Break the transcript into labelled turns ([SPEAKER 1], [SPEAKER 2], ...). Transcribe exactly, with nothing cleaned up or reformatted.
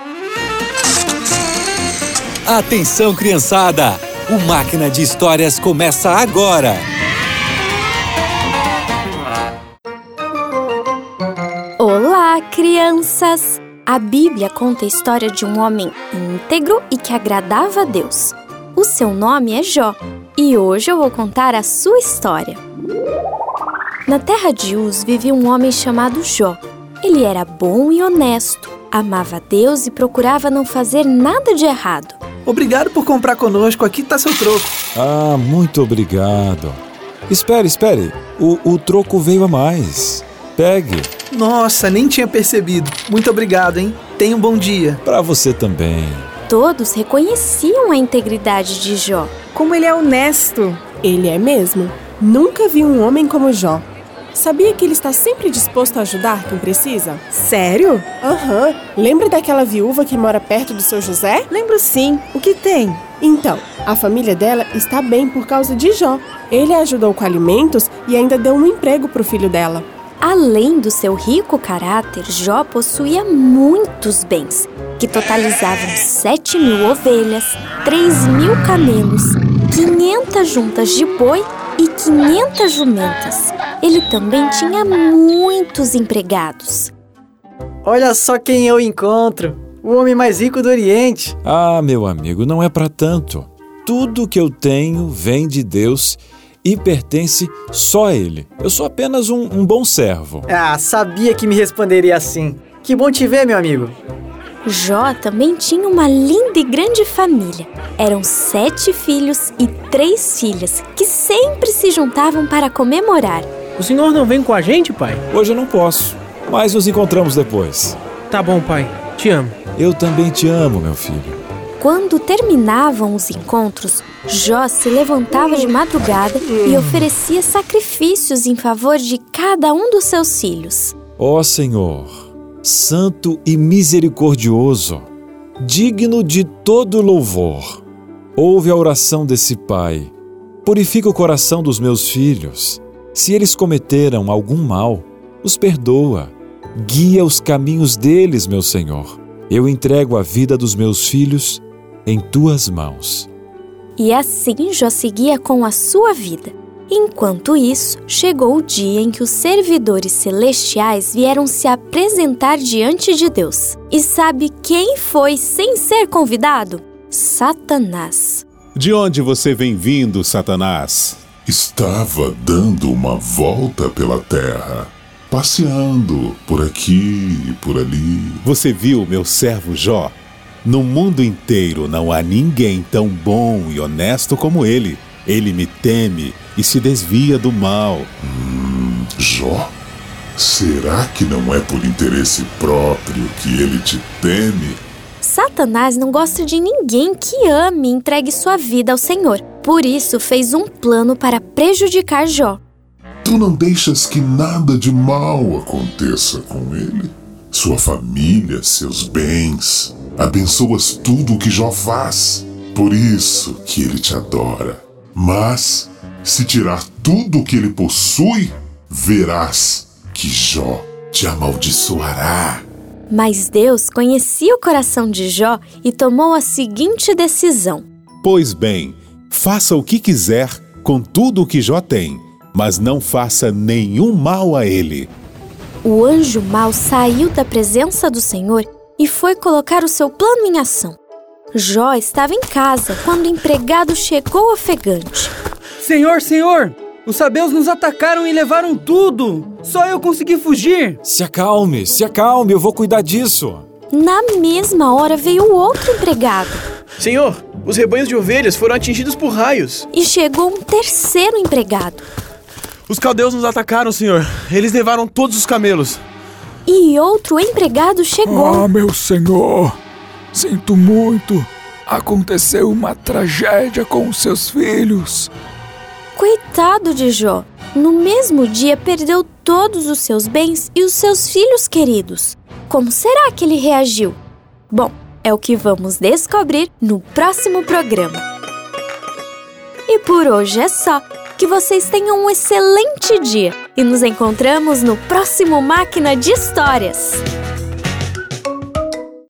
[SPEAKER 1] Atenção, criançada! O Máquina de Histórias começa agora!
[SPEAKER 2] Olá, crianças! A Bíblia conta a história de um homem íntegro e que agradava a Deus. O seu nome é Jó, e hoje eu vou contar a sua história. Na terra de Uz vivia um homem chamado Jó. Ele era bom e honesto, amava a Deus e procurava não fazer nada de errado.
[SPEAKER 3] Obrigado por comprar conosco, aqui está seu troco.
[SPEAKER 4] Ah, muito obrigado. Espere, espere, o, o troco veio a mais. Pegue.
[SPEAKER 3] Nossa, nem tinha percebido. Muito obrigado, hein? Tenha um bom dia.
[SPEAKER 4] Para você também.
[SPEAKER 2] Todos reconheciam a integridade de Jó.
[SPEAKER 5] Como ele é honesto. Ele é mesmo. Nunca vi um homem como Jó. Sabia que ele está sempre disposto a ajudar quem precisa?
[SPEAKER 6] Sério?
[SPEAKER 5] Aham. Uhum. Lembra daquela viúva que mora perto do seu José?
[SPEAKER 6] Lembro sim. O que tem?
[SPEAKER 5] Então, a família dela está bem por causa de Jó. Ele a ajudou com alimentos e ainda deu um emprego para o filho dela.
[SPEAKER 2] Além do seu rico caráter, Jó possuía muitos bens, que totalizavam sete mil ovelhas, três mil camelos, quinhentas juntas de boi e quinhentas jumentas. Ele também tinha muitos empregados.
[SPEAKER 6] Olha só quem eu encontro, o homem mais rico do Oriente.
[SPEAKER 4] Ah, meu amigo, não é para tanto. Tudo que eu tenho vem de Deus e pertence só a Ele. Eu sou apenas um, um bom servo.
[SPEAKER 6] Ah, sabia que me responderia assim. Que bom te ver, meu amigo.
[SPEAKER 2] Jó também tinha uma linda e grande família. Eram sete filhos e três filhas, que sempre se juntavam para comemorar.
[SPEAKER 7] O senhor não vem com a gente, pai?
[SPEAKER 4] Hoje eu não posso, mas nos encontramos depois.
[SPEAKER 7] Tá bom, pai. Te amo.
[SPEAKER 4] Eu também te amo, meu filho.
[SPEAKER 2] Quando terminavam os encontros, Jó se levantava de madrugada e oferecia sacrifícios em favor de cada um dos seus filhos.
[SPEAKER 4] Ó Senhor, santo e misericordioso, digno de todo louvor, ouve a oração desse pai. Purifica o coração dos meus filhos. Se eles cometeram algum mal, os perdoa. Guia os caminhos deles, meu Senhor. Eu entrego a vida dos meus filhos em tuas mãos.
[SPEAKER 2] E assim Jó seguia com a sua vida. Enquanto isso, chegou o dia em que os servidores celestiais vieram se apresentar diante de Deus. E sabe quem foi sem ser convidado? Satanás.
[SPEAKER 8] De onde você vem vindo, Satanás?
[SPEAKER 9] Estava dando uma volta pela terra, passeando por aqui e por ali.
[SPEAKER 8] Você viu meu servo Jó? No mundo inteiro não há ninguém tão bom e honesto como ele. Ele me teme e se desvia do mal.
[SPEAKER 9] Hum, Jó? Será que não é por interesse próprio que ele te teme?
[SPEAKER 2] Satanás não gosta de ninguém que ame e entregue sua vida ao Senhor. Por isso fez um plano para prejudicar Jó.
[SPEAKER 9] Tu não deixas que nada de mal aconteça com ele? Sua família, seus bens, abençoas tudo o que Jó faz. Por isso que ele te adora. Mas, se tirar tudo o que ele possui, verás que Jó te amaldiçoará.
[SPEAKER 2] Mas Deus conhecia o coração de Jó e tomou a seguinte decisão.
[SPEAKER 8] Pois bem, faça o que quiser com tudo o que Jó tem, mas não faça nenhum mal a ele.
[SPEAKER 2] O anjo mau saiu da presença do Senhor e foi colocar o seu plano em ação. Jó estava em casa quando o empregado chegou ofegante.
[SPEAKER 7] Senhor, senhor, os sabeus nos atacaram e levaram tudo. Só eu consegui fugir.
[SPEAKER 4] Se acalme, se acalme, eu vou cuidar disso.
[SPEAKER 2] Na mesma hora veio o outro empregado.
[SPEAKER 7] Senhor, os rebanhos de ovelhas foram atingidos por raios.
[SPEAKER 2] E chegou um terceiro empregado.
[SPEAKER 10] Os caldeus nos atacaram, senhor. Eles levaram todos os camelos.
[SPEAKER 2] E outro empregado chegou.
[SPEAKER 11] Ah, meu senhor, sinto muito. Aconteceu uma tragédia com os seus filhos.
[SPEAKER 2] Coitado de Jó. No mesmo dia perdeu todos os seus bens e os seus filhos queridos. Como será que ele reagiu? Bom, é o que vamos descobrir no próximo programa. E por hoje é só. Que vocês tenham um excelente dia e nos encontramos no próximo Máquina de Histórias.